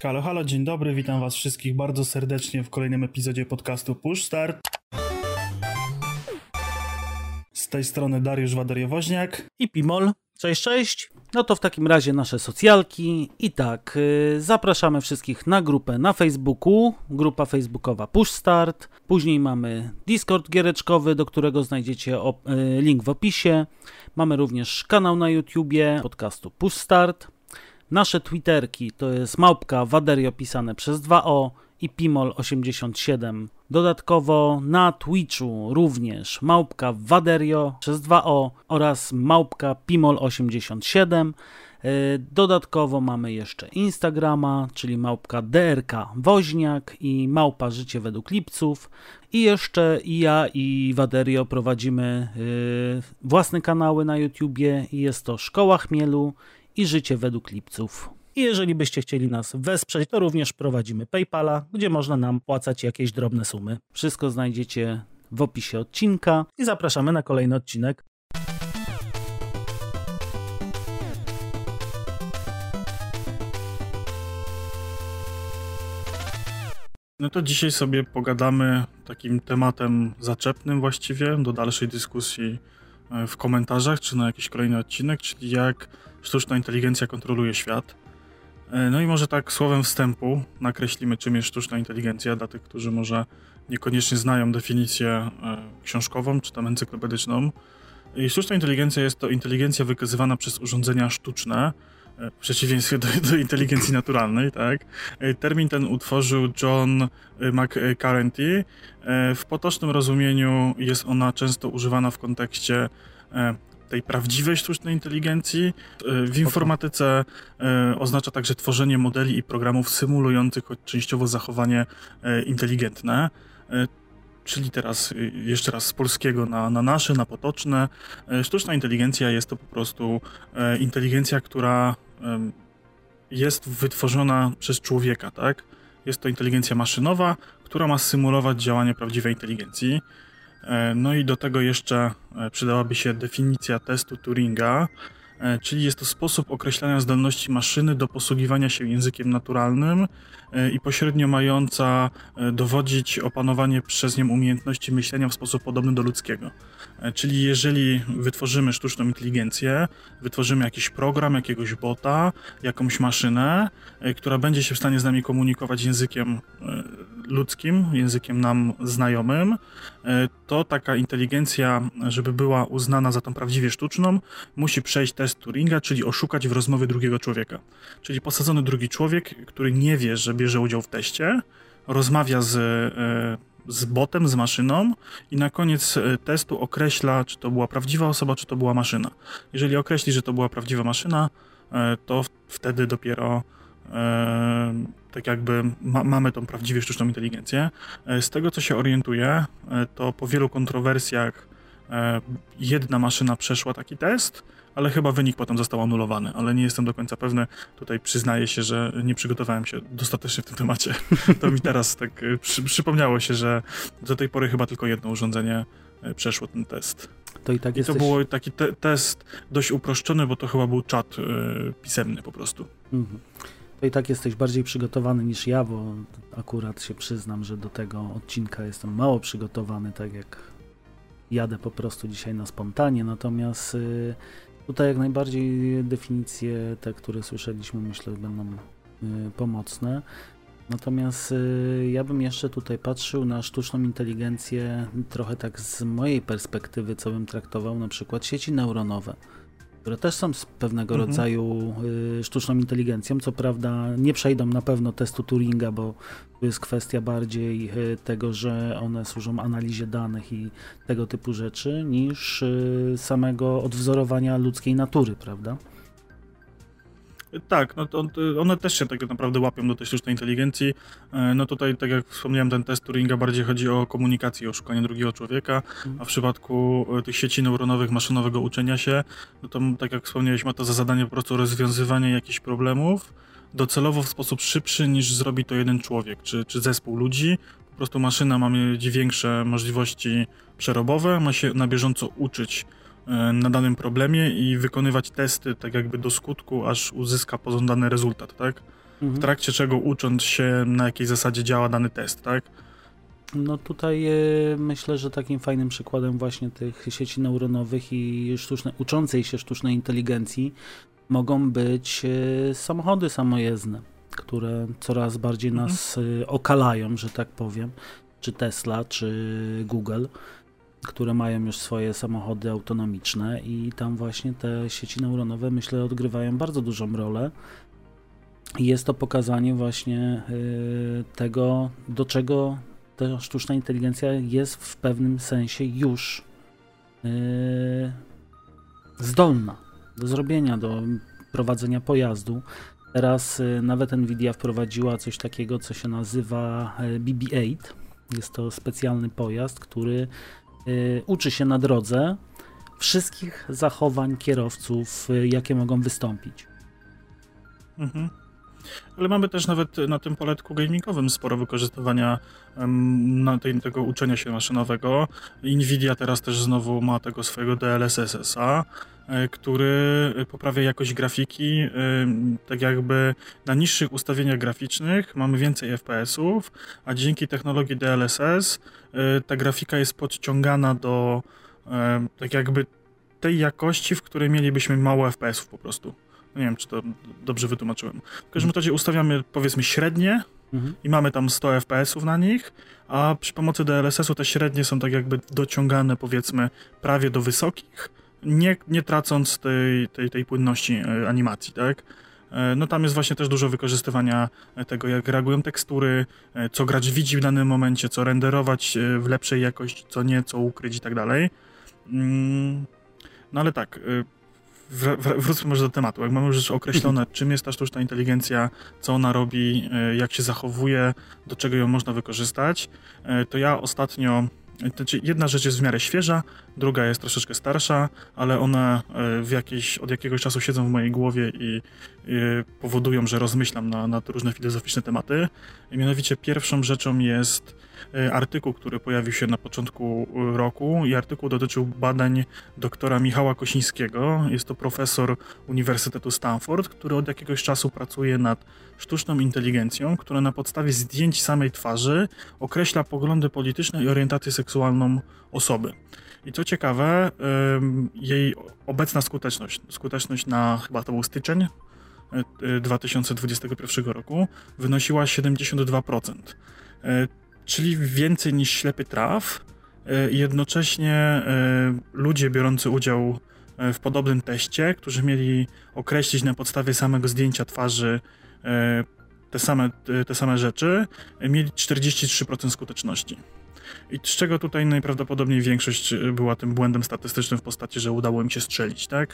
Halo, halo, dzień dobry, witam was wszystkich bardzo serdecznie w kolejnym epizodzie podcastu Push Start. Z tej strony Dariusz Waderiowoźniak i Pimol. Cześć, cześć. No to w takim razie nasze socjalki. I tak, zapraszamy wszystkich na grupę na Facebooku, grupa facebookowa Push Start. Później mamy Discord giereczkowy, do którego znajdziecie link w opisie. Mamy również kanał na YouTubie podcastu Push Start. Nasze Twitterki to jest @Waderio pisane przez 2O i Pimol87. Dodatkowo na Twitchu również @Waderio przez 2O oraz @Pimol87. Dodatkowo mamy jeszcze Instagrama, czyli @DRK_Woźniak i @Życie według Lipców. I jeszcze i ja i Waderio prowadzimy własne kanały na YouTubie i jest to Szkoła Chmielu i Życie według Lipców. I jeżeli byście chcieli nas wesprzeć, to również prowadzimy PayPala, gdzie można nam płacać jakieś drobne sumy. Wszystko znajdziecie w opisie odcinka i zapraszamy na kolejny odcinek. No to dzisiaj sobie pogadamy takim tematem zaczepnym właściwie do dalszej dyskusji w komentarzach, czy na jakiś kolejny odcinek, czyli jak sztuczna inteligencja kontroluje świat. No i może tak słowem wstępu nakreślimy, czym jest sztuczna inteligencja dla tych, którzy może niekoniecznie znają definicję książkową czy tam encyklopedyczną. I sztuczna inteligencja jest to inteligencja wykazywana przez urządzenia sztuczne, w przeciwieństwie do inteligencji naturalnej, tak? Termin ten utworzył John McCarthy. W potocznym rozumieniu jest ona często używana w kontekście tej prawdziwej sztucznej inteligencji. W informatyce oznacza także tworzenie modeli i programów symulujących choć częściowo zachowanie inteligentne. Czyli teraz jeszcze raz z polskiego na nasze, na potoczne. Sztuczna inteligencja jest to po prostu inteligencja, która jest wytworzona przez człowieka, tak? Jest to inteligencja maszynowa, która ma symulować działanie prawdziwej inteligencji. No i do tego jeszcze przydałaby się definicja testu Turinga, czyli jest to sposób określania zdolności maszyny do posługiwania się językiem naturalnym i pośrednio mająca dowodzić opanowanie przez nią umiejętności myślenia w sposób podobny do ludzkiego. Czyli jeżeli wytworzymy sztuczną inteligencję, wytworzymy jakiś program, jakiegoś bota, jakąś maszynę, która będzie się w stanie z nami komunikować językiem ludzkim, językiem nam znajomym, to taka inteligencja, żeby była uznana za tą prawdziwie sztuczną, musi przejść test Turinga, czyli oszukać w rozmowie drugiego człowieka. Czyli posadzony drugi człowiek, który nie wie, że bierze udział w teście, rozmawia z botem, z maszyną i na koniec testu określa, czy to była prawdziwa osoba, czy to była maszyna. Jeżeli określi, że to była prawdziwa maszyna, to wtedy dopiero tak jakby mamy tą prawdziwie sztuczną inteligencję. Z tego, co się orientuję, to po wielu kontrowersjach jedna maszyna przeszła taki test, ale chyba wynik potem został anulowany, ale nie jestem do końca pewny. Tutaj przyznaję się, że nie przygotowałem się dostatecznie w tym temacie. To mi teraz tak przypomniało się, że do tej pory chyba tylko jedno urządzenie przeszło ten test. I to był taki test dość uproszczony, bo to chyba był czat pisemny po prostu. Mhm. To i tak jesteś bardziej przygotowany niż ja, bo akurat się przyznam, że do tego odcinka jestem mało przygotowany, tak jak jadę po prostu dzisiaj na spontanie, natomiast tutaj jak najbardziej definicje te, które słyszeliśmy, myślę, będą pomocne. Natomiast ja bym jeszcze tutaj patrzył na sztuczną inteligencję trochę tak z mojej perspektywy, co bym traktował na przykład sieci neuronowe, które też są z pewnego rodzaju sztuczną inteligencją. Co prawda nie przejdą na pewno testu Turinga, bo to jest kwestia bardziej tego, że one służą analizie danych i tego typu rzeczy, niż samego odwzorowania ludzkiej natury, prawda? Tak, no to one też się tak naprawdę łapią do tej sztucznej inteligencji. No tutaj, tak jak wspomniałem, ten test Turinga bardziej chodzi o komunikację, o szukanie drugiego człowieka, a w przypadku tych sieci neuronowych, maszynowego uczenia się, no to tak jak wspomniałeś, ma to za zadanie po prostu rozwiązywanie jakichś problemów docelowo w sposób szybszy niż zrobi to jeden człowiek, czy zespół ludzi. Po prostu maszyna ma mieć większe możliwości przerobowe, ma się na bieżąco uczyć na danym problemie i wykonywać testy tak jakby do skutku, aż uzyska pożądany rezultat, tak? w trakcie czego ucząc się, na jakiej zasadzie działa dany test, tak? No tutaj myślę, że takim fajnym przykładem właśnie tych sieci neuronowych i uczącej się sztucznej inteligencji mogą być samochody samojezdne, które coraz bardziej nas okalają, że tak powiem, czy Tesla, czy Google, które mają już swoje samochody autonomiczne i tam właśnie te sieci neuronowe, myślę, odgrywają bardzo dużą rolę. I jest to pokazanie właśnie tego, do czego ta sztuczna inteligencja jest w pewnym sensie już zdolna do zrobienia, do prowadzenia pojazdu. Teraz nawet Nvidia wprowadziła coś takiego, co się nazywa BB-8. Jest to specjalny pojazd, który uczy się na drodze wszystkich zachowań kierowców, jakie mogą wystąpić. Ale mamy też nawet na tym poletku gamingowym sporo wykorzystywania tego uczenia się maszynowego. Nvidia teraz też znowu ma tego swojego DLSS-a, który poprawia jakość grafiki, tak jakby na niższych ustawieniach graficznych mamy więcej FPS-ów, a dzięki technologii DLSS ta grafika jest podciągana do tak jakby tej jakości, w której mielibyśmy mało FPS-ów po prostu. Nie wiem, czy to dobrze wytłumaczyłem. W każdym razie ustawiamy, powiedzmy, średnie i mamy tam 100 FPS-ów na nich, a przy pomocy DLSS-u te średnie są tak jakby dociągane, powiedzmy, prawie do wysokich, nie tracąc tej płynności animacji, tak? No tam jest właśnie też dużo wykorzystywania tego, jak reagują tekstury, co gracz widzi w danym momencie, co renderować w lepszej jakości, co nie, co ukryć i tak dalej. No ale tak... Wróćmy może do tematu. Jak mamy już określone, czym jest ta sztuczna inteligencja, co ona robi, jak się zachowuje, do czego ją można wykorzystać, to ja ostatnio... Jedna rzecz jest w miarę świeża, druga jest troszeczkę starsza, ale one od jakiegoś czasu siedzą w mojej głowie i powodują, że rozmyślam na różne filozoficzne tematy. I mianowicie pierwszą rzeczą jest artykuł, który pojawił się na początku roku i artykuł dotyczył badań doktora Michała Kosińskiego. Jest to profesor Uniwersytetu Stanford, który od jakiegoś czasu pracuje nad sztuczną inteligencją, która na podstawie zdjęć samej twarzy określa poglądy polityczne i orientację seksualną osoby. I co ciekawe, jej obecna skuteczność na chyba to był styczeń 2021 roku wynosiła 72%. Czyli więcej niż ślepy traf. Jednocześnie ludzie biorący udział w podobnym teście, którzy mieli określić na podstawie samego zdjęcia twarzy te same rzeczy, mieli 43% skuteczności. I z czego tutaj najprawdopodobniej większość była tym błędem statystycznym w postaci, że udało im się strzelić, tak?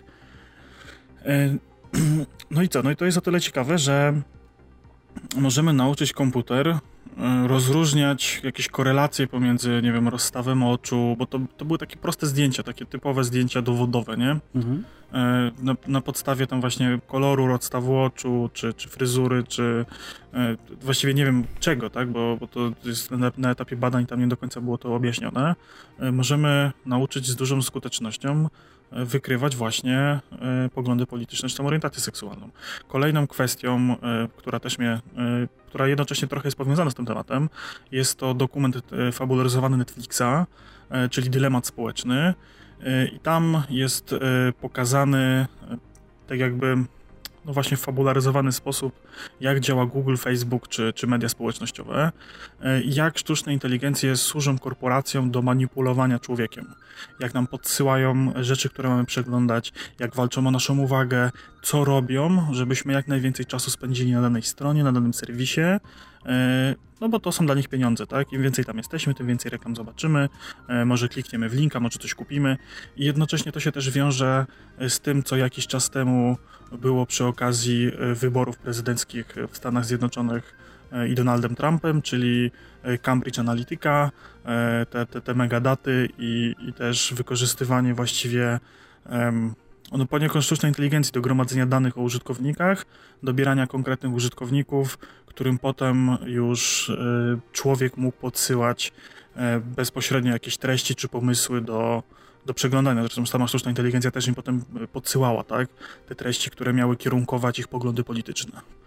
No i co? No i to jest o tyle ciekawe, że możemy nauczyć komputer rozróżniać jakieś korelacje pomiędzy, nie wiem, rozstawem oczu, bo to były takie proste zdjęcia, takie typowe zdjęcia dowodowe, nie? Na podstawie tam właśnie koloru, rozstawu oczu, czy fryzury, czy właściwie nie wiem czego, tak? Bo to jest na etapie badań tam nie do końca było to objaśnione. Możemy nauczyć z dużą skutecznością wykrywać właśnie poglądy polityczne czy tam orientację seksualną. Kolejną kwestią, która jednocześnie trochę jest powiązana z tym tematem, jest to dokument fabularyzowany Netflixa, czyli Dylemat społeczny. I tam jest pokazany tak jakby no właśnie w fabularyzowany sposób, jak działa Google, Facebook czy media społecznościowe, jak sztuczne inteligencje służą korporacjom do manipulowania człowiekiem, jak nam podsyłają rzeczy, które mamy przeglądać, jak walczą o naszą uwagę, co robią, żebyśmy jak najwięcej czasu spędzili na danej stronie, na danym serwisie, no bo to są dla nich pieniądze, tak? Im więcej tam jesteśmy, tym więcej reklam zobaczymy, może klikniemy w linka, może coś kupimy i jednocześnie to się też wiąże z tym, co jakiś czas temu było przy okazji wyborów prezydenckich w Stanach Zjednoczonych i Donaldem Trumpem, czyli Cambridge Analytica, te megadaty i też wykorzystywanie właściwie poniekąd sztucznej inteligencji do gromadzenia danych o użytkownikach, dobierania konkretnych użytkowników, którym potem już człowiek mógł podsyłać bezpośrednio jakieś treści czy pomysły do przeglądania. Zresztą sama sztuczna inteligencja też im potem podsyłała, tak? Te treści, które miały kierunkować ich poglądy polityczne.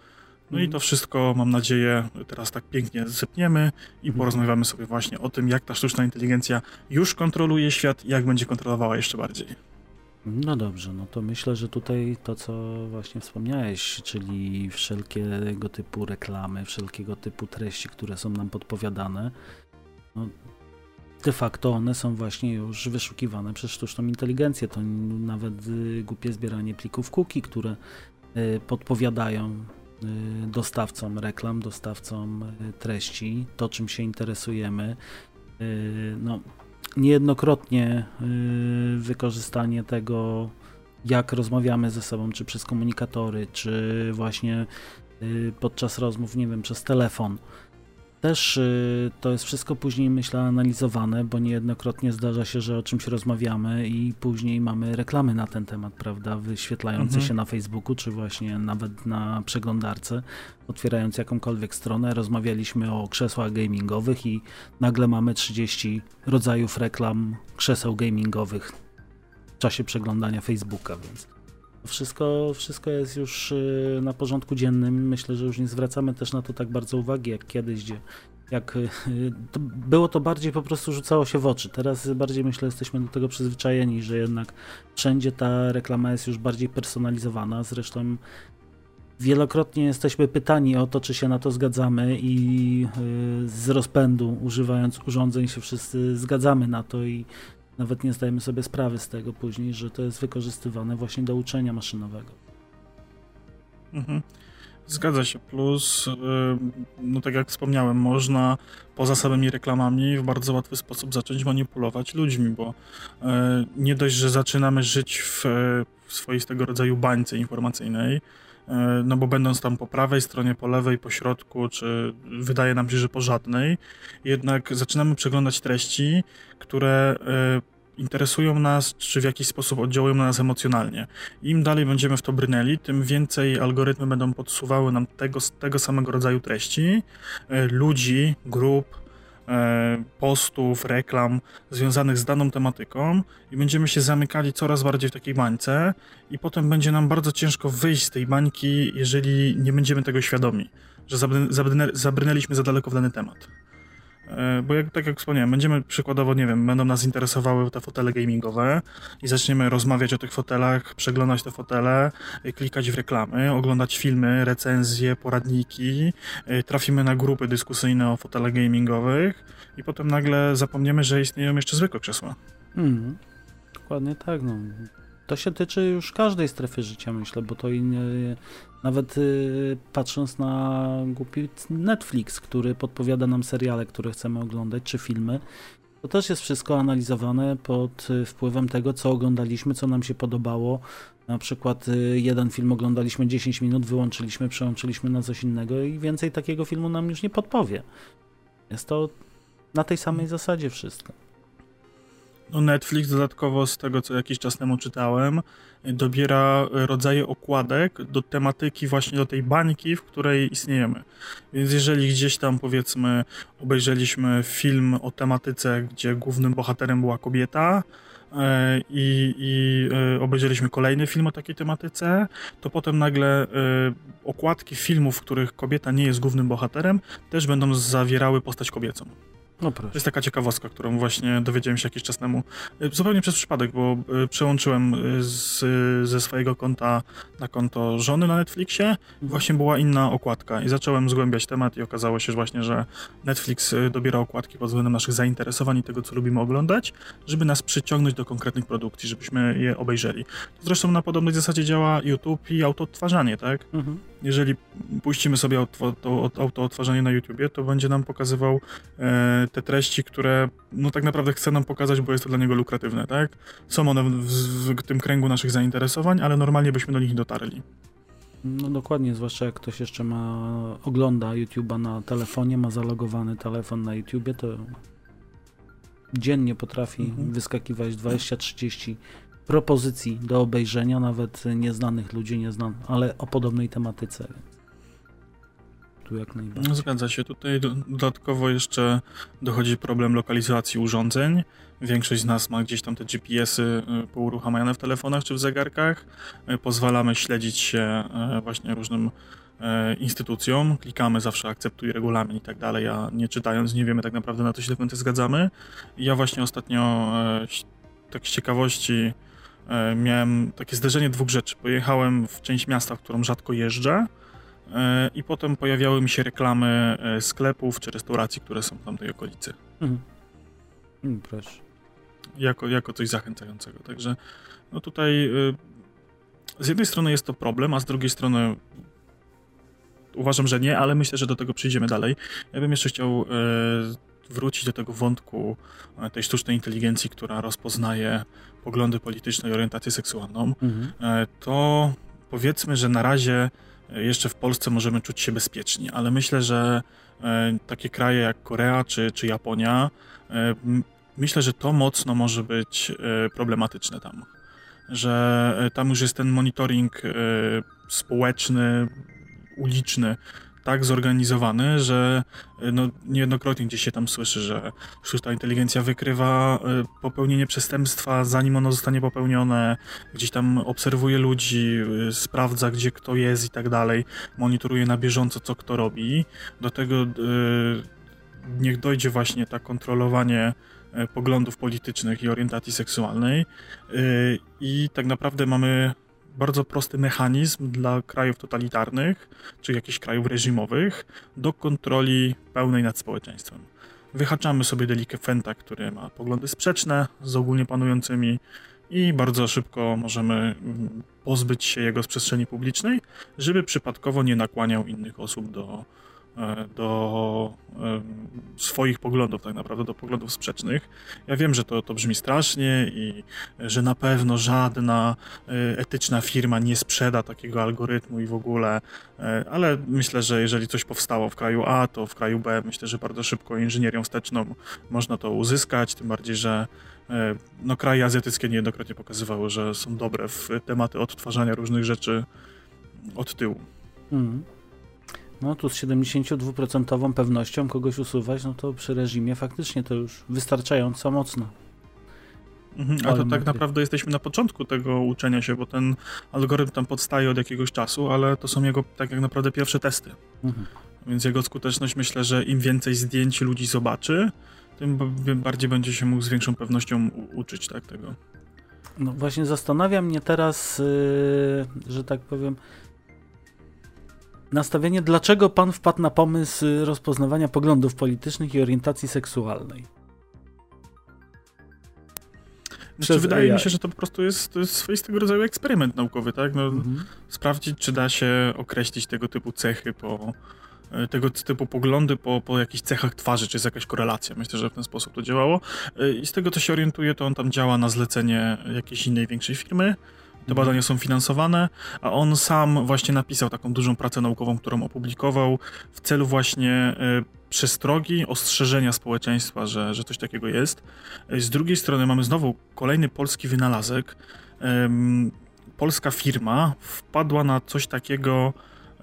No i to wszystko, mam nadzieję, teraz tak pięknie zepniemy i porozmawiamy sobie właśnie o tym, jak ta sztuczna inteligencja już kontroluje świat i jak będzie kontrolowała jeszcze bardziej. No dobrze, no to myślę, że tutaj to, co właśnie wspomniałeś, czyli wszelkiego typu reklamy, wszelkiego typu treści, które są nam podpowiadane, no de facto one są właśnie już wyszukiwane przez sztuczną inteligencję. To nawet głupie zbieranie plików cookie, które podpowiadają dostawcom reklam, dostawcom treści, to czym się interesujemy. No, niejednokrotnie wykorzystanie tego, jak rozmawiamy ze sobą, czy przez komunikatory, czy właśnie podczas rozmów, nie wiem, przez telefon. Też to jest wszystko później, myślę, analizowane, bo niejednokrotnie zdarza się, że o czymś rozmawiamy i później mamy reklamy na ten temat, prawda, wyświetlające się na Facebooku, czy właśnie nawet na przeglądarce, otwierając jakąkolwiek stronę, rozmawialiśmy o krzesłach gamingowych i nagle mamy 30 rodzajów reklam krzeseł gamingowych w czasie przeglądania Facebooka, więc wszystko jest już na porządku dziennym. Myślę, że już nie zwracamy też na to tak bardzo uwagi jak kiedyś, było to bardziej po prostu rzucało się w oczy. Teraz bardziej, myślę, jesteśmy do tego przyzwyczajeni, że jednak wszędzie ta reklama jest już bardziej personalizowana. Zresztą wielokrotnie jesteśmy pytani o to, czy się na to zgadzamy i z rozpędu, używając urządzeń, się wszyscy zgadzamy na to i nawet nie zdajemy sobie sprawy z tego później, że to jest wykorzystywane właśnie do uczenia maszynowego. Zgadza się. Plus, no tak jak wspomniałem, można poza samymi reklamami w bardzo łatwy sposób zacząć manipulować ludźmi, bo nie dość, że zaczynamy żyć w swoistego rodzaju bańce informacyjnej, no bo będąc tam po prawej stronie, po lewej, po środku, czy wydaje nam się, że po żadnej, jednak zaczynamy przeglądać treści, które interesują nas, czy w jakiś sposób oddziałują na nas emocjonalnie. Im dalej będziemy w to brnęli, tym więcej algorytmy będą podsuwały nam tego samego rodzaju treści, ludzi, grup, postów, reklam związanych z daną tematyką i będziemy się zamykali coraz bardziej w takiej bańce i potem będzie nam bardzo ciężko wyjść z tej bańki, jeżeli nie będziemy tego świadomi, że zabrnęliśmy za daleko w dany temat. Bo tak jak wspomniałem, będziemy przykładowo, nie wiem, będą nas interesowały te fotele gamingowe i zaczniemy rozmawiać o tych fotelach, przeglądać te fotele, klikać w reklamy, oglądać filmy, recenzje, poradniki, trafimy na grupy dyskusyjne o fotelach gamingowych i potem nagle zapomniemy, że istnieją jeszcze zwykłe krzesła. Dokładnie tak, no. To się tyczy już każdej strefy życia, myślę, bo to nawet patrząc na głupi Netflix, który podpowiada nam seriale, które chcemy oglądać, czy filmy, to też jest wszystko analizowane pod wpływem tego, co oglądaliśmy, co nam się podobało. Na przykład jeden film oglądaliśmy 10 minut, wyłączyliśmy, przełączyliśmy na coś innego i więcej takiego filmu nam już nie podpowie. Jest to na tej samej zasadzie wszystko. No Netflix dodatkowo, z tego co jakiś czas temu czytałem, dobiera rodzaje okładek do tematyki właśnie do tej bańki, w której istniejemy. Więc jeżeli gdzieś tam, powiedzmy, obejrzeliśmy film o tematyce, gdzie głównym bohaterem była kobieta i obejrzeliśmy kolejny film o takiej tematyce, to potem nagle okładki filmów, w których kobieta nie jest głównym bohaterem, też będą zawierały postać kobiecą. No proszę. To jest taka ciekawostka, którą właśnie dowiedziałem się jakiś czas temu. Zupełnie przez przypadek, bo przełączyłem ze swojego konta na konto żony na Netflixie. Właśnie była inna okładka i zacząłem zgłębiać temat i okazało się właśnie, że Netflix dobiera okładki pod względem naszych zainteresowań i tego, co lubimy oglądać, żeby nas przyciągnąć do konkretnych produkcji, żebyśmy je obejrzeli. To zresztą na podobnej zasadzie działa YouTube i autoodtwarzanie, tak? Jeżeli puścimy sobie autoodtwarzanie na YouTubie, to będzie nam pokazywał te treści, które no tak naprawdę chce nam pokazać, bo jest to dla niego lukratywne, tak? Są one w tym kręgu naszych zainteresowań, ale normalnie byśmy do nich nie dotarli. No dokładnie, zwłaszcza jak ktoś jeszcze ogląda YouTube'a na telefonie, ma zalogowany telefon na YouTubie, to dziennie potrafi wyskakiwać 20-30 propozycji do obejrzenia, nawet nieznanych ludzi, ale o podobnej tematyce. Tu jak najbardziej. Zgadza się. Tutaj dodatkowo jeszcze dochodzi problem lokalizacji urządzeń. Większość z nas ma gdzieś tam te GPS-y pouruchamiane w telefonach czy w zegarkach. Pozwalamy śledzić się właśnie różnym instytucjom. Klikamy zawsze akceptuj regulamin i tak dalej, a nie czytając nie wiemy tak naprawdę na to się do końca zgadzamy. I ja właśnie ostatnio tak z ciekawości miałem takie zderzenie dwóch rzeczy. Pojechałem w część miasta, w którą rzadko jeżdżę i potem pojawiały mi się reklamy sklepów czy restauracji, które są w tamtej okolicy. Proszę. Jako coś zachęcającego. Także no tutaj z jednej strony jest to problem, a z drugiej strony uważam, że nie, ale myślę, że do tego przyjdziemy dalej. Ja bym jeszcze chciał wrócić do tego wątku tej sztucznej inteligencji, która rozpoznaje poglądy polityczne i orientację seksualną. To powiedzmy, że na razie jeszcze w Polsce możemy czuć się bezpieczni, ale myślę, że takie kraje jak Korea czy Japonia, myślę, że to mocno może być problematyczne tam. Że tam już jest ten monitoring społeczny, uliczny tak zorganizowany, że no, niejednokrotnie gdzieś się tam słyszy, że sztuczna inteligencja wykrywa popełnienie przestępstwa, zanim ono zostanie popełnione, gdzieś tam obserwuje ludzi, sprawdza, gdzie kto jest i tak dalej, monitoruje na bieżąco, co kto robi. Do tego niech dojdzie właśnie to kontrolowanie poglądów politycznych i orientacji seksualnej i tak naprawdę mamy bardzo prosty mechanizm dla krajów totalitarnych, czy jakichś krajów reżimowych, do kontroli pełnej nad społeczeństwem. Wyhaczamy sobie delikwenta, który ma poglądy sprzeczne z ogólnie panującymi i bardzo szybko możemy pozbyć się jego z przestrzeni publicznej, żeby przypadkowo nie nakłaniał innych osób do swoich poglądów, tak naprawdę do poglądów sprzecznych. Ja wiem, że to brzmi strasznie i że na pewno żadna etyczna firma nie sprzeda takiego algorytmu i w ogóle, ale myślę, że jeżeli coś powstało w kraju A, to w kraju B myślę, że bardzo szybko inżynierią wsteczną można to uzyskać, tym bardziej, że no, kraje azjatyckie niejednokrotnie pokazywały, że są dobre w tematy odtwarzania różnych rzeczy od tyłu. No tu z 72% pewnością kogoś usuwać, no to przy reżimie faktycznie to już wystarczająco mocno. A to tak naprawdę jesteśmy na początku tego uczenia się, bo ten algorytm tam powstaje od jakiegoś czasu, ale to są jego tak jak naprawdę pierwsze testy. Więc jego skuteczność, myślę, że im więcej zdjęć ludzi zobaczy, tym bardziej będzie się mógł z większą pewnością uczyć tak tego. No właśnie zastanawia mnie teraz, że tak powiem, nastawienie, dlaczego pan wpadł na pomysł rozpoznawania poglądów politycznych i orientacji seksualnej? Wydaje mi się, że to po prostu jest swoistego rodzaju eksperyment naukowy, tak? No, sprawdzić, czy da się określić tego typu cechy tego typu poglądy po jakichś cechach twarzy, czy jest jakaś korelacja. Myślę, że w ten sposób to działało. I z tego, co się orientuję, to on tam działa na zlecenie jakiejś innej, większej firmy. Te badania są finansowane, a on sam właśnie napisał taką dużą pracę naukową, którą opublikował w celu właśnie przestrogi, ostrzeżenia społeczeństwa, że coś takiego jest. Z drugiej strony mamy znowu kolejny polski wynalazek. Polska firma wpadła na coś takiego,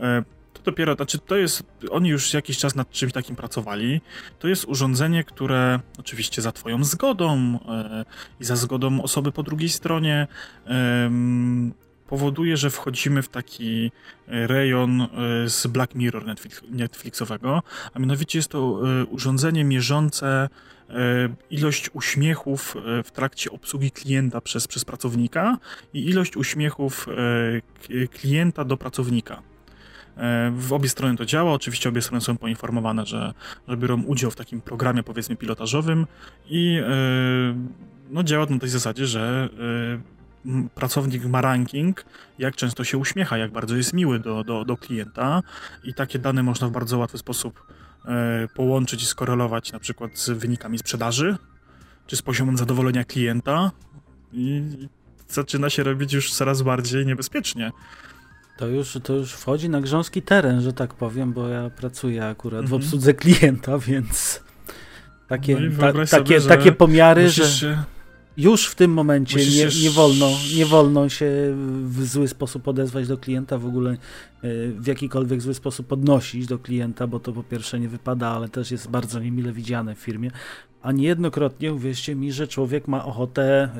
oni już jakiś czas nad czymś takim pracowali. To jest urządzenie, które oczywiście za twoją zgodą i za zgodą osoby po drugiej stronie powoduje, że wchodzimy w taki rejon z Black Mirror Netflixowego, a mianowicie jest to urządzenie mierzące ilość uśmiechów w trakcie obsługi klienta przez pracownika i ilość uśmiechów klienta do pracownika. W obie strony to działa, oczywiście obie strony są poinformowane, że biorą udział w takim programie, powiedzmy, pilotażowym i no, działa to na tej zasadzie, że pracownik ma ranking, jak często się uśmiecha, jak bardzo jest miły do klienta i takie dane można w bardzo łatwy sposób połączyć i skorelować na przykład z wynikami sprzedaży, czy z poziomem zadowolenia klienta i zaczyna się robić już coraz bardziej niebezpiecznie. To już wchodzi na grząski teren, że tak powiem, bo ja pracuję akurat w obsłudze klienta, więc takie pomiary, że już w tym momencie nie wolno się w zły sposób odezwać do klienta, w ogóle w jakikolwiek zły sposób odnosić do klienta, bo to po pierwsze nie wypada, ale też jest bardzo niemile widziane w firmie. A niejednokrotnie uwierzcie mi, że człowiek ma ochotę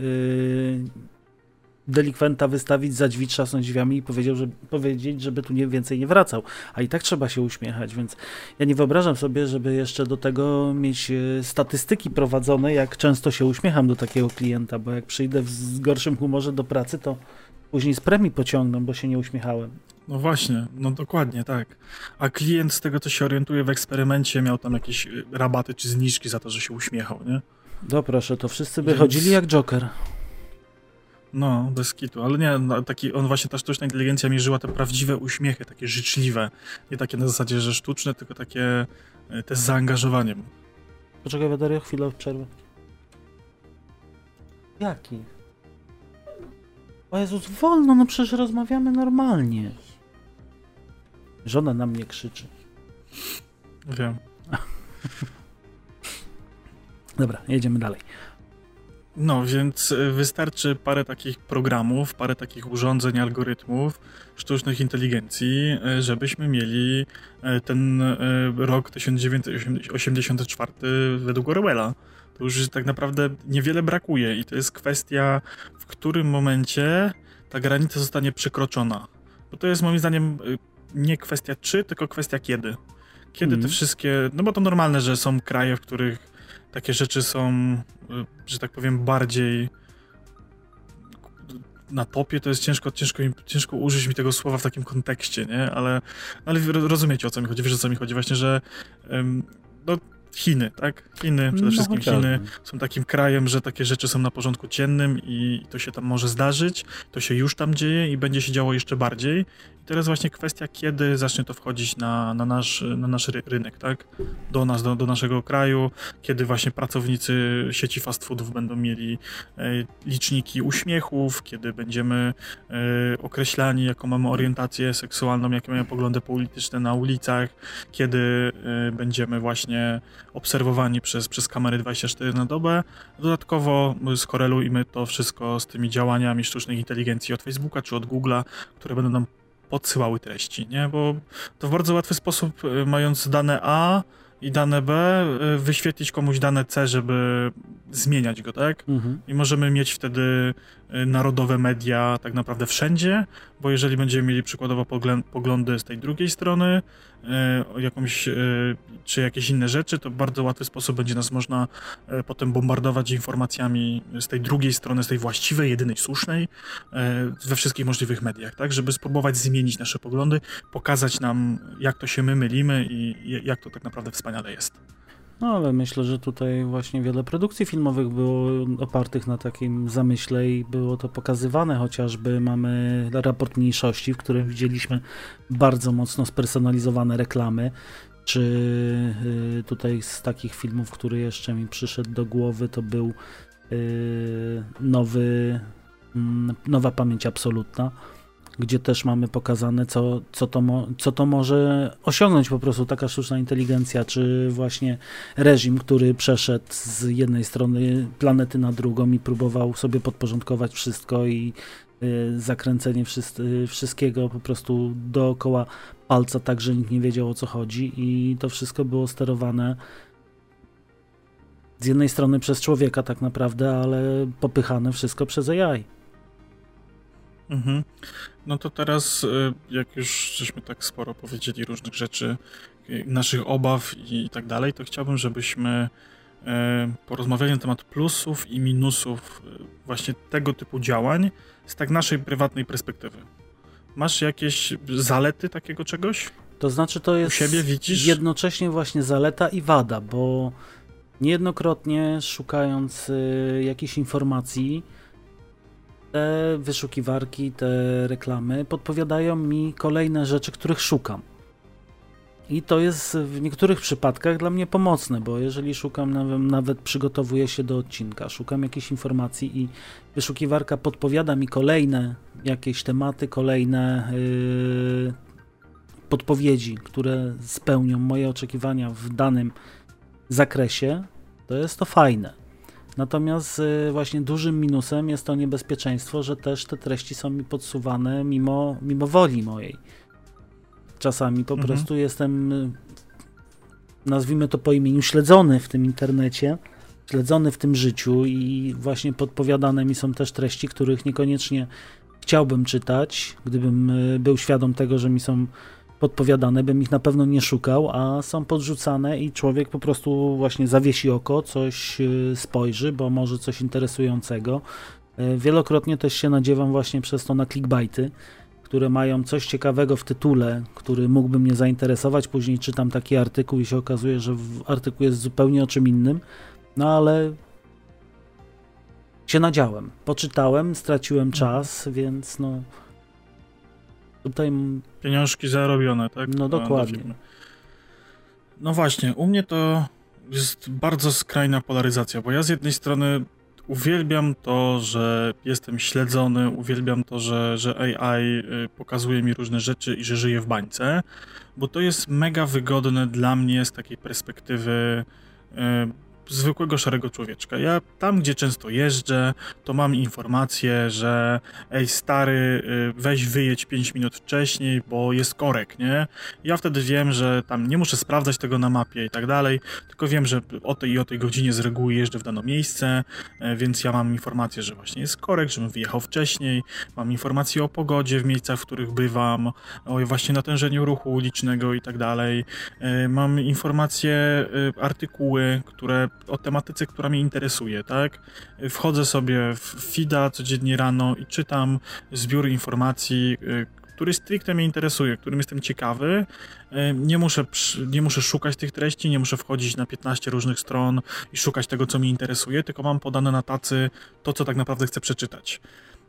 delikwenta wystawić za drzwi, trzasnąć drzwiami i powiedzieć, żeby tu więcej nie wracał. A i tak trzeba się uśmiechać, więc ja nie wyobrażam sobie, żeby jeszcze do tego mieć statystyki prowadzone, jak często się uśmiecham do takiego klienta, bo jak przyjdę w gorszym humorze do pracy, to później z premii pociągną, bo się nie uśmiechałem. No właśnie, no dokładnie tak. A klient, z tego co się orientuje w eksperymencie, miał tam jakieś rabaty czy zniżki za to, że się uśmiechał, nie? No proszę, to wszyscy by chodzili jak Joker. No, bez kitu, ale nie, no, on właśnie, ta sztuczna inteligencja mierzyła te prawdziwe uśmiechy, takie życzliwe. Nie takie na zasadzie, że sztuczne, tylko takie też z zaangażowaniem. Poczekaj, Dario, chwilę przerwę. Jaki? O Jezus, wolno, no przecież rozmawiamy normalnie. Żona na mnie krzyczy. Wiem. Dobra, jedziemy dalej. No, więc wystarczy parę takich programów, parę takich urządzeń, algorytmów, sztucznych inteligencji, żebyśmy mieli ten rok 1984 według Orwella. To już tak naprawdę niewiele brakuje i to jest kwestia, w którym momencie ta granica zostanie przekroczona. Bo to jest moim zdaniem nie kwestia czy, tylko kwestia kiedy. Kiedy te wszystkie, no bo to normalne, że są kraje, w których takie rzeczy są, że tak powiem, bardziej na topie, to jest ciężko użyć mi tego słowa w takim kontekście, nie? Ale rozumiecie, o co mi chodzi, wiesz, o co mi chodzi, właśnie, że no, Chiny, tak? Chiny, przede wszystkim Chiny są takim krajem, że takie rzeczy są na porządku dziennym i to się tam może zdarzyć, to się już tam dzieje i będzie się działo jeszcze bardziej. I teraz właśnie kwestia, kiedy zacznie to wchodzić na nasz rynek, tak? Do nas, do naszego kraju, kiedy właśnie pracownicy sieci fast foodów będą mieli liczniki uśmiechów, kiedy będziemy określani, jaką mamy orientację seksualną, jakie mamy poglądy polityczne na ulicach, kiedy będziemy właśnie obserwowani przez kamery 24 na dobę. Dodatkowo skorelujmy to wszystko z tymi działaniami sztucznej inteligencji od Facebooka czy od Google'a, które będą nam podsyłały treści, nie? Bo to w bardzo łatwy sposób, mając dane A i dane B, wyświetlić komuś dane C, żeby zmieniać go, tak? I możemy mieć wtedy narodowe media tak naprawdę wszędzie, bo jeżeli będziemy mieli przykładowo poglądy z tej drugiej strony, czy jakieś inne rzeczy, to w bardzo łatwy sposób będzie nas można potem bombardować informacjami z tej drugiej strony, z tej właściwej, jedynej, słusznej, we wszystkich możliwych mediach, tak? Żeby spróbować zmienić nasze poglądy, pokazać nam, jak to się my mylimy i jak to tak naprawdę wspaniale jest. No ale myślę, że tutaj właśnie wiele produkcji filmowych było opartych na takim zamyśle i było to pokazywane, chociażby mamy Raport Mniejszości, w którym widzieliśmy bardzo mocno spersonalizowane reklamy, czy tutaj z takich filmów, który jeszcze mi przyszedł do głowy, to był Nowa Pamięć Absolutna, gdzie też mamy pokazane, co to może osiągnąć po prostu taka sztuczna inteligencja, czy właśnie reżim, który przeszedł z jednej strony planety na drugą i próbował sobie podporządkować wszystko i zakręcenie wszystkiego po prostu dookoła palca, tak, że nikt nie wiedział, o co chodzi i to wszystko było sterowane z jednej strony przez człowieka tak naprawdę, ale popychane wszystko przez AI. No to teraz, jak już żeśmy tak sporo powiedzieli różnych rzeczy, naszych obaw i tak dalej, to chciałbym, żebyśmy porozmawiali na temat plusów i minusów właśnie tego typu działań z tak naszej prywatnej perspektywy. Masz jakieś zalety takiego czegoś? To znaczy to jest jednocześnie właśnie zaleta i wada, bo niejednokrotnie szukając jakichś informacji, te wyszukiwarki, te reklamy podpowiadają mi kolejne rzeczy, których szukam. I to jest w niektórych przypadkach dla mnie pomocne, bo jeżeli szukam, nawet przygotowuję się do odcinka, szukam jakichś informacji i wyszukiwarka podpowiada mi kolejne jakieś tematy, kolejne podpowiedzi, które spełnią moje oczekiwania w danym zakresie, to jest to fajne. Natomiast właśnie dużym minusem jest to niebezpieczeństwo, że też te treści są mi podsuwane mimo woli mojej. Czasami po prostu jestem, nazwijmy to po imieniu, śledzony w tym internecie, śledzony w tym życiu i właśnie podpowiadane mi są też treści, których niekoniecznie chciałbym czytać. Gdybym był świadom tego, że mi są podpowiadane, bym ich na pewno nie szukał, a są podrzucane i człowiek po prostu właśnie zawiesi oko, coś spojrzy, bo może coś interesującego. Wielokrotnie też się nadziewam właśnie przez to na clickbaity, które mają coś ciekawego w tytule, który mógłby mnie zainteresować. Później czytam taki artykuł i się okazuje, że artykuł jest zupełnie o czym innym. No ale się nadziałem. Poczytałem, straciłem czas, więc no tutaj... Pieniążki zarobione, tak? No dokładnie. No właśnie, u mnie to jest bardzo skrajna polaryzacja, bo ja z jednej strony uwielbiam to, że jestem śledzony, uwielbiam to, że AI pokazuje mi różne rzeczy i że żyję w bańce, bo to jest mega wygodne dla mnie z takiej perspektywy zwykłego szarego człowieczka. Ja tam, gdzie często jeżdżę, to mam informację, że ej stary, weź wyjedź 5 minut wcześniej, bo jest korek, nie? Ja wtedy wiem, że tam nie muszę sprawdzać tego na mapie i tak dalej, tylko wiem, że o tej i o tej godzinie z reguły jeżdżę w dane miejsce, więc ja mam informację, że właśnie jest korek, żebym wyjechał wcześniej, mam informacje o pogodzie w miejscach, w których bywam, o właśnie natężeniu ruchu ulicznego i tak dalej. Mam informacje, artykuły, które o tematyce, która mnie interesuje, tak? Wchodzę sobie w feeda codziennie rano i czytam zbiór informacji, który stricte mnie interesuje, którym jestem ciekawy. Nie muszę szukać tych treści, nie muszę wchodzić na 15 różnych stron i szukać tego, co mnie interesuje, tylko mam podane na tacy to, co tak naprawdę chcę przeczytać.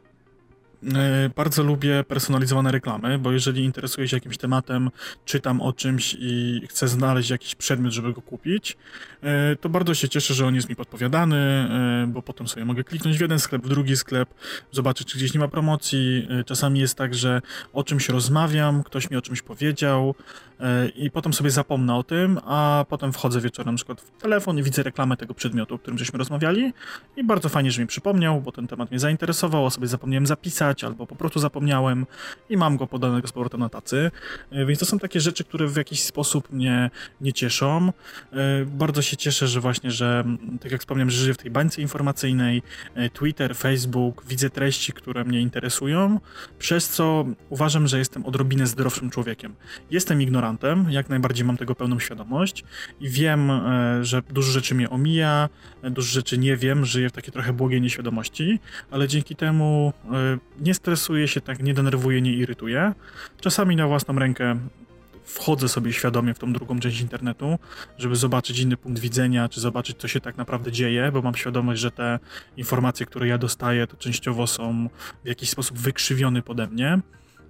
Bardzo lubię personalizowane reklamy, bo jeżeli interesuję się jakimś tematem, czytam o czymś i chcę znaleźć jakiś przedmiot, żeby go kupić, to bardzo się cieszę, że on jest mi podpowiadany, bo potem sobie mogę kliknąć w jeden sklep, w drugi sklep, zobaczyć, czy gdzieś nie ma promocji. Czasami jest tak, że o czymś rozmawiam, ktoś mi o czymś powiedział i potem sobie zapomnę o tym, a potem wchodzę wieczorem na przykład w telefon i widzę reklamę tego przedmiotu, o którym żeśmy rozmawiali i bardzo fajnie, że mi przypomniał, bo ten temat mnie zainteresował, a sobie zapomniałem zapisać, albo po prostu zapomniałem i mam go podanego z powrotem na tacy. Więc to są takie rzeczy, które w jakiś sposób mnie nie cieszą. Bardzo się cieszę, że właśnie, że tak jak wspomniałem, że żyję w tej bańce informacyjnej, Twitter, Facebook, widzę treści, które mnie interesują, przez co uważam, że jestem odrobinę zdrowszym człowiekiem. Jestem ignorantem, jak najbardziej mam tego pełną świadomość i wiem, że dużo rzeczy mnie omija, dużo rzeczy nie wiem, żyję w takiej trochę błogiej nieświadomości, ale dzięki temu nie stresuję się tak, nie denerwuję, nie irytuję. Czasami na własną rękę wchodzę sobie świadomie w tą drugą część internetu, żeby zobaczyć inny punkt widzenia, czy zobaczyć, co się tak naprawdę dzieje, bo mam świadomość, że te informacje, które ja dostaję, to częściowo są w jakiś sposób wykrzywione pode mnie.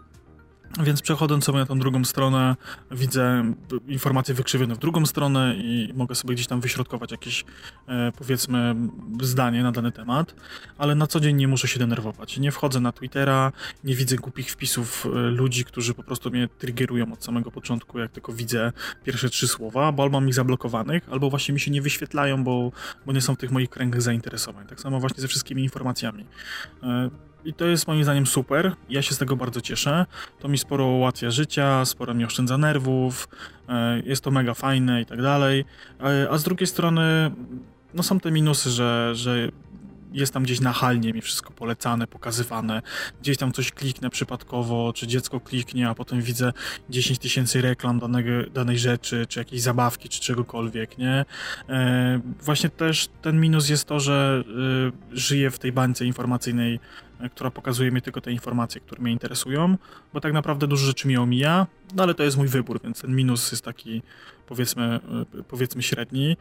Więc przechodząc sobie na tą drugą stronę, widzę informacje wykrzywione w drugą stronę i mogę sobie gdzieś tam wyśrodkować jakieś, powiedzmy, zdanie na dany temat, ale na co dzień nie muszę się denerwować. Nie wchodzę na Twittera, nie widzę głupich wpisów ludzi, którzy po prostu mnie triggerują od samego początku, jak tylko widzę pierwsze 3 słowa, bo albo mam ich zablokowanych, albo właśnie mi się nie wyświetlają, bo nie są w tych moich kręgach zainteresowań. Tak samo właśnie ze wszystkimi informacjami. I to jest moim zdaniem super, ja się z tego bardzo cieszę, to mi sporo ułatwia życia, sporo mi oszczędza nerwów, jest to mega fajne i tak dalej, a z drugiej strony no są te minusy, że jest tam gdzieś nachalnie mi wszystko polecane, pokazywane, gdzieś tam coś kliknę przypadkowo, czy dziecko kliknie, a potem widzę 10 000 reklam danej rzeczy, czy jakiejś zabawki, czy czegokolwiek, nie? Właśnie też ten minus jest to, że żyję w tej bańce informacyjnej, która pokazuje mi tylko te informacje, które mnie interesują, bo tak naprawdę dużo rzeczy mnie omija, no ale to jest mój wybór, więc ten minus jest taki, powiedzmy średni.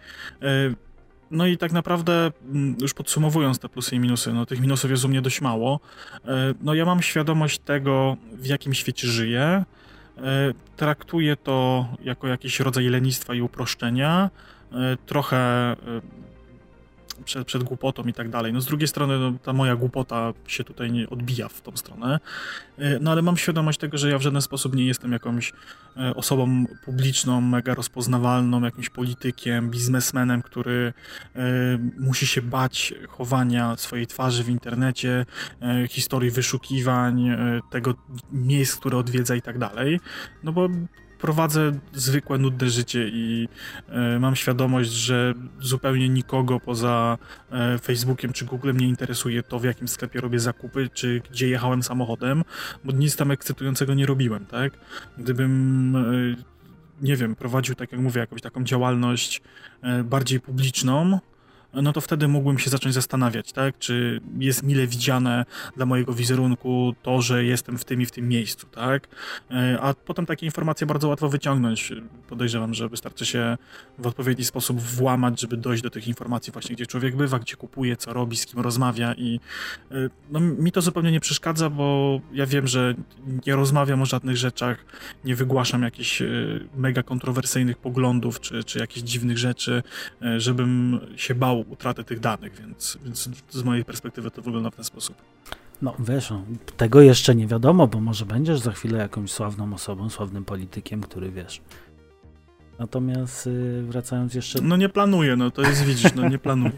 No i tak naprawdę, już podsumowując te plusy i minusy, no tych minusów jest u mnie dość mało. No ja mam świadomość tego, w jakim świecie żyję. Traktuję to jako jakiś rodzaj lenistwa i uproszczenia. Trochę przed głupotą i tak dalej. No z drugiej strony no, ta moja głupota się tutaj nie odbija w tą stronę, no ale mam świadomość tego, że ja w żaden sposób nie jestem jakąś osobą publiczną, mega rozpoznawalną, jakimś politykiem, biznesmenem, który musi się bać chowania swojej twarzy w internecie, historii wyszukiwań, tego miejsc, które odwiedza i tak dalej, no bo prowadzę zwykłe, nudne życie i mam świadomość, że zupełnie nikogo poza Facebookiem czy Googlem nie interesuje to, w jakim sklepie robię zakupy, czy gdzie jechałem samochodem, bo nic tam ekscytującego nie robiłem, tak? Gdybym, nie wiem, prowadził, tak jak mówię, jakąś taką działalność bardziej publiczną, no to wtedy mógłbym się zacząć zastanawiać, tak? Czy jest mile widziane dla mojego wizerunku to, że jestem w tym i w tym miejscu, tak? A potem takie informacje bardzo łatwo wyciągnąć. Podejrzewam, że wystarczy się w odpowiedni sposób włamać, żeby dojść do tych informacji właśnie, gdzie człowiek bywa, gdzie kupuje, co robi, z kim rozmawia i no, mi to zupełnie nie przeszkadza, bo ja wiem, że nie rozmawiam o żadnych rzeczach, nie wygłaszam jakichś mega kontrowersyjnych poglądów, czy jakichś dziwnych rzeczy, żebym się bał utratę tych danych, więc z mojej perspektywy to wygląda w ten sposób. No wiesz, tego jeszcze nie wiadomo, bo może będziesz za chwilę jakąś sławną osobą, sławnym politykiem, który wiesz. Natomiast wracając jeszcze... No nie planuję, no to jest, widzisz, no nie planuję.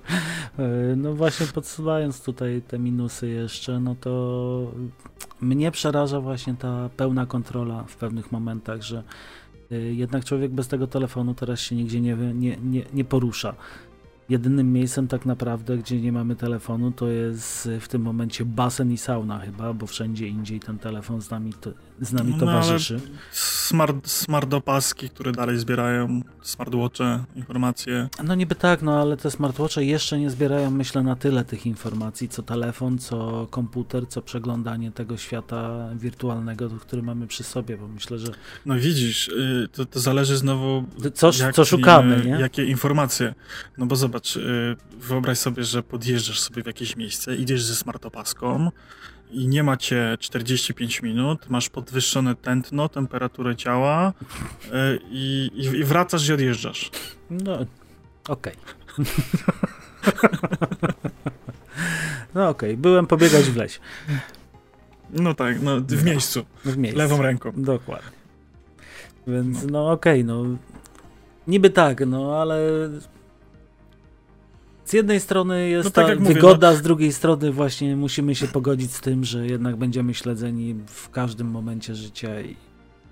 No właśnie podsuwając tutaj te minusy jeszcze, no to mnie przeraża właśnie ta pełna kontrola w pewnych momentach, że jednak człowiek bez tego telefonu teraz się nigdzie nie porusza. Jedynym miejscem tak naprawdę, gdzie nie mamy telefonu, to jest w tym momencie basen i sauna chyba, bo wszędzie indziej ten telefon z nami towarzyszy. Smart opaski, które dalej zbierają, smartwatche, informacje. No niby tak, no ale te smartwatche jeszcze nie zbierają, myślę, na tyle tych informacji, co telefon, co komputer, co przeglądanie tego świata wirtualnego, który mamy przy sobie, bo myślę, że... No widzisz, to zależy znowu... Co szukamy, nie? Jakie informacje. No bo zobacz, wyobraź sobie, że podjeżdżasz sobie w jakieś miejsce, idziesz ze smartopaską i nie ma cię 45 minut, masz podwyższone tętno, temperaturę ciała i wracasz i odjeżdżasz. No, okej. No okej, byłem pobiegać w lesie. No tak, no w miejscu. W miejscu. Lewą ręką. Dokładnie. Więc no okej, no niby tak, no ale z jednej strony jest ta wygoda, z drugiej strony właśnie musimy się pogodzić z tym, że jednak będziemy śledzeni w każdym momencie życia i...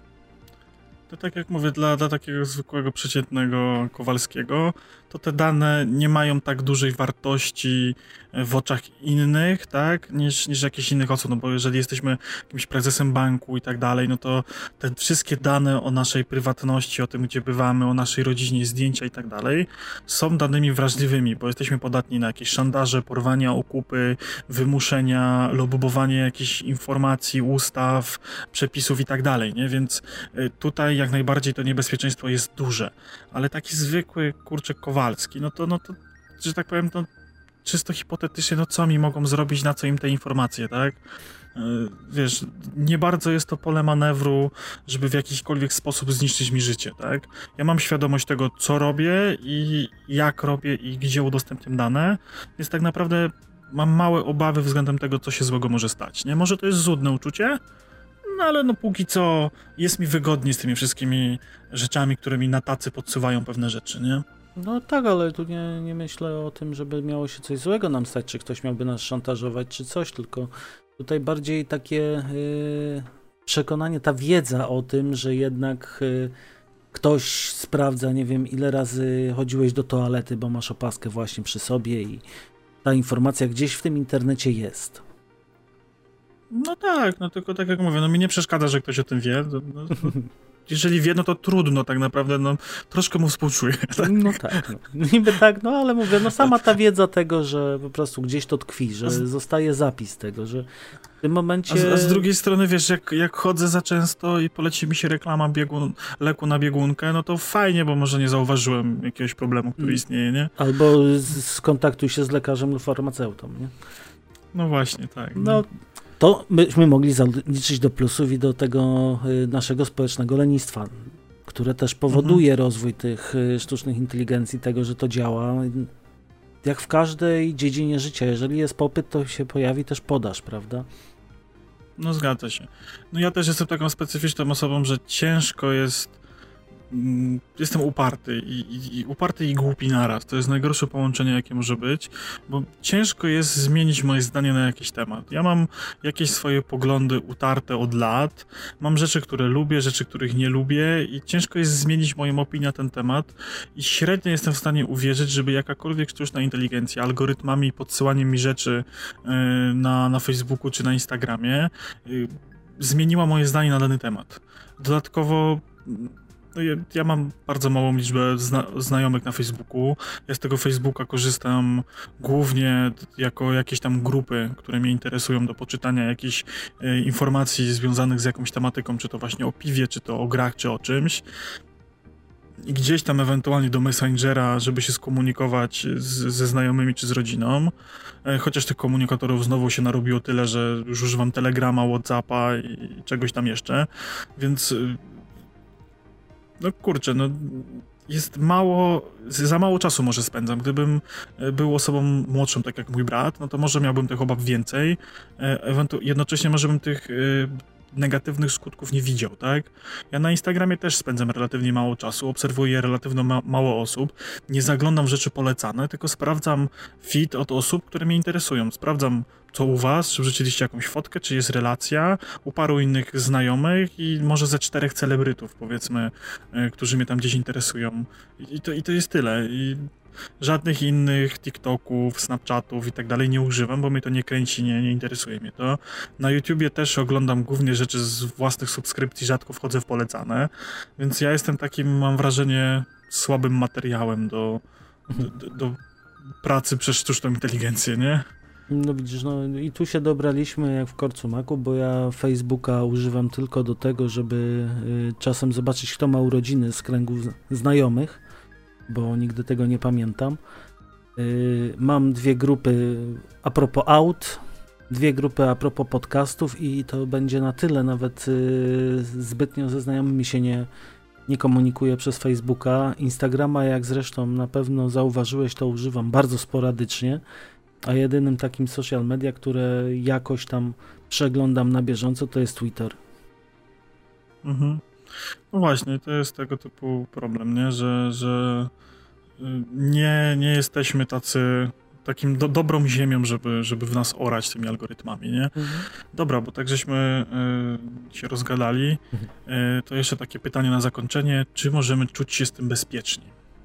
To tak jak mówię, dla takiego zwykłego, przeciętnego Kowalskiego, to te dane nie mają tak dużej wartości w oczach innych, tak, niż jakichś innych osób, no bo jeżeli jesteśmy jakimś prezesem banku i tak dalej, no to te wszystkie dane o naszej prywatności, o tym, gdzie bywamy, o naszej rodzinie, zdjęcia i tak dalej, są danymi wrażliwymi, bo jesteśmy podatni na jakieś szantaże, porwania, okupy, wymuszenia, lobowanie jakichś informacji, ustaw, przepisów i tak dalej, nie, więc tutaj jak najbardziej to niebezpieczeństwo jest duże, ale taki zwykły, kurczę, Kowalski, no to, że tak powiem, to czysto hipotetycznie, no co mi mogą zrobić, na co im te informacje, tak? Wiesz, nie bardzo jest to pole manewru, żeby w jakikolwiek sposób zniszczyć mi życie, tak? Ja mam świadomość tego, co robię i jak robię i gdzie udostępniam dane, więc tak naprawdę mam małe obawy względem tego, co się złego może stać, nie? Może to jest złudne uczucie, no ale no póki co jest mi wygodnie z tymi wszystkimi rzeczami, które mi na tacy podsuwają pewne rzeczy, nie? No tak, ale tu nie myślę o tym, żeby miało się coś złego nam stać, czy ktoś miałby nas szantażować, czy coś, tylko tutaj bardziej takie przekonanie, ta wiedza o tym, że jednak ktoś sprawdza, nie wiem, ile razy chodziłeś do toalety, bo masz opaskę właśnie przy sobie i ta informacja gdzieś w tym internecie jest. No tak, no tylko tak jak mówię, no mi nie przeszkadza, że ktoś o tym wie. No, jeżeli wie, no to trudno tak naprawdę, no troszkę mu współczuję. Tak? No tak, no. Niby tak, no ale mówię, no sama ta wiedza tego, że po prostu gdzieś to tkwi, że zostaje zapis tego, że w tym momencie... A z drugiej strony, wiesz, jak chodzę za często i poleci mi się reklama leku na biegunkę, no to fajnie, bo może nie zauważyłem jakiegoś problemu, który istnieje, nie? Albo skontaktuj się z lekarzem lub farmaceutą, nie? No właśnie, tak. No. To byśmy mogli zaliczyć do plusów i do tego naszego społecznego lenistwa, które też powoduje rozwój tych sztucznych inteligencji, tego, że to działa. jak w każdej dziedzinie życia, jeżeli jest popyt, to się pojawi też podaż, prawda? No zgadza się. No ja też jestem taką specyficzną osobą, że ciężko jest. Jestem uparty i uparty i głupi naraz. To jest najgorsze połączenie, jakie może być, bo ciężko jest zmienić moje zdanie na jakiś temat. Ja mam jakieś swoje poglądy utarte od lat, mam rzeczy, które lubię, rzeczy, których nie lubię i ciężko jest zmienić moją opinię na ten temat i średnio jestem w stanie uwierzyć, żeby jakakolwiek sztuczna inteligencja algorytmami, podsyłaniem mi rzeczy na Facebooku czy na Instagramie zmieniła moje zdanie na dany temat. Dodatkowo no ja mam bardzo małą liczbę znajomych na Facebooku. Ja z tego Facebooka korzystam głównie jako jakieś tam grupy, które mnie interesują do poczytania jakichś informacji związanych z jakąś tematyką, czy to właśnie o piwie, czy to o grach, czy o czymś. I gdzieś tam ewentualnie do Messengera, żeby się skomunikować ze znajomymi czy z rodziną. Chociaż tych komunikatorów znowu się narobiło tyle, że już używam Telegrama, Whatsappa i czegoś tam jeszcze. Więc no kurczę, no jest za mało czasu może spędzam. Gdybym był osobą młodszą, tak jak mój brat, no to może miałbym tych obaw więcej. Jednocześnie może bym tych negatywnych skutków nie widział, tak? Ja na Instagramie też spędzam relatywnie mało czasu, obserwuję relatywnie mało osób, nie zaglądam w rzeczy polecane, tylko sprawdzam feed od osób, które mnie interesują. Sprawdzam, co u was, czy wrzuciliście jakąś fotkę, czy jest relacja, u paru innych znajomych i może ze 4 celebrytów, powiedzmy, którzy mnie tam gdzieś interesują. I to jest tyle. I żadnych innych TikToków, Snapchatów i tak dalej nie używam, bo mnie to nie kręci, nie interesuje mnie to. Na YouTubie też oglądam głównie rzeczy z własnych subskrypcji, rzadko wchodzę w polecane, więc ja jestem takim, mam wrażenie, słabym materiałem do pracy przez sztuczną inteligencję, nie? No widzisz, no i tu się dobraliśmy jak w korcu maku, bo ja Facebooka używam tylko do tego, żeby czasem zobaczyć, kto ma urodziny z kręgu znajomych, bo nigdy tego nie pamiętam. Mam 2 grupy a propos aut, 2 grupy a propos podcastów i to będzie na tyle, nawet zbytnio ze znajomymi się nie komunikuję przez Facebooka. Instagrama, jak zresztą na pewno zauważyłeś, to używam bardzo sporadycznie, a jedynym takim social media, które jakoś tam przeglądam na bieżąco, to jest Twitter. Mhm. No właśnie, to jest tego typu problem, nie? Że nie jesteśmy takim dobrą ziemią, żeby w nas orać tymi algorytmami, nie? Mhm. Dobra, bo tak żeśmy się rozgadali, to jeszcze takie pytanie na zakończenie. Czy możemy czuć się z tym bezpieczni?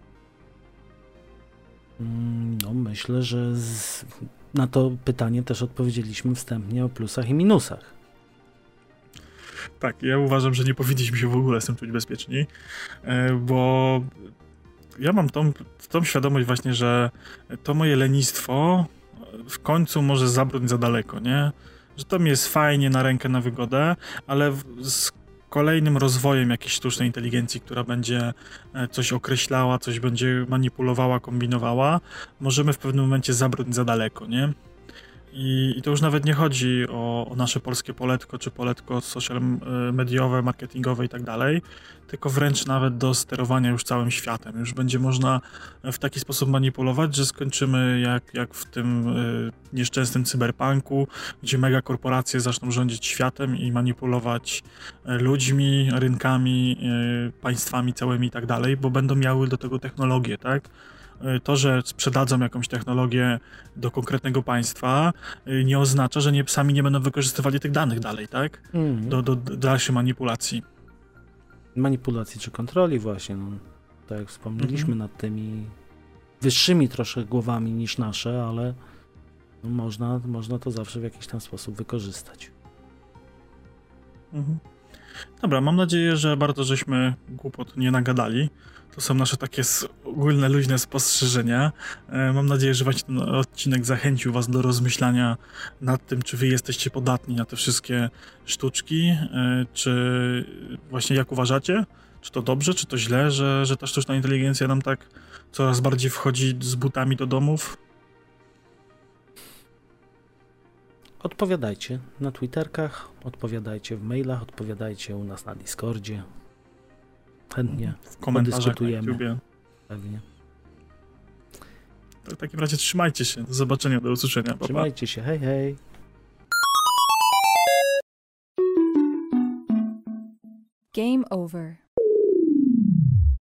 No myślę, że na to pytanie też odpowiedzieliśmy wstępnie o plusach i minusach. Tak, ja uważam, że nie powinniśmy się w ogóle z tym czuć bezpieczni, bo ja mam tą świadomość właśnie, że to moje lenistwo w końcu może zabrnąć za daleko, nie? Że to mi jest fajnie, na rękę, na wygodę, ale z kolejnym rozwojem jakiejś sztucznej inteligencji, która będzie coś określała, coś będzie manipulowała, kombinowała, możemy w pewnym momencie zabrnąć za daleko, nie? I to już nawet nie chodzi o nasze polskie poletko, czy poletko social mediowe, marketingowe i tak dalej, tylko wręcz nawet do sterowania już całym światem. Już będzie można w taki sposób manipulować, że skończymy jak w tym nieszczęsnym cyberpunku, gdzie megakorporacje zaczną rządzić światem i manipulować ludźmi, rynkami, państwami całymi i tak dalej, bo będą miały do tego technologię, tak? To, że sprzedadzą jakąś technologię do konkretnego państwa, nie oznacza, że sami nie będą wykorzystywali tych danych dalej, tak? Do dalszej manipulacji. Manipulacji czy kontroli właśnie, no, tak jak wspomnieliśmy nad tymi wyższymi troszkę głowami niż nasze, ale no, można to zawsze w jakiś tam sposób wykorzystać. Dobra, mam nadzieję, że bardzo żeśmy głupot nie nagadali. To są nasze takie ogólne, luźne spostrzeżenia. Mam nadzieję, że właśnie ten odcinek zachęcił was do rozmyślania nad tym, czy wy jesteście podatni na te wszystkie sztuczki, czy właśnie jak uważacie? Czy to dobrze, czy to źle, że ta sztuczna inteligencja nam tak coraz bardziej wchodzi z butami do domów? Odpowiadajcie na Twitterkach, odpowiadajcie w mailach, odpowiadajcie u nas na Discordzie. Chętnie w komentarzach na podyskutujemy. YouTubie. Pewnie. To w takim razie trzymajcie się. Do zobaczenia, do usłyszenia. Pa, pa. Trzymajcie się, hej, hej. Game over.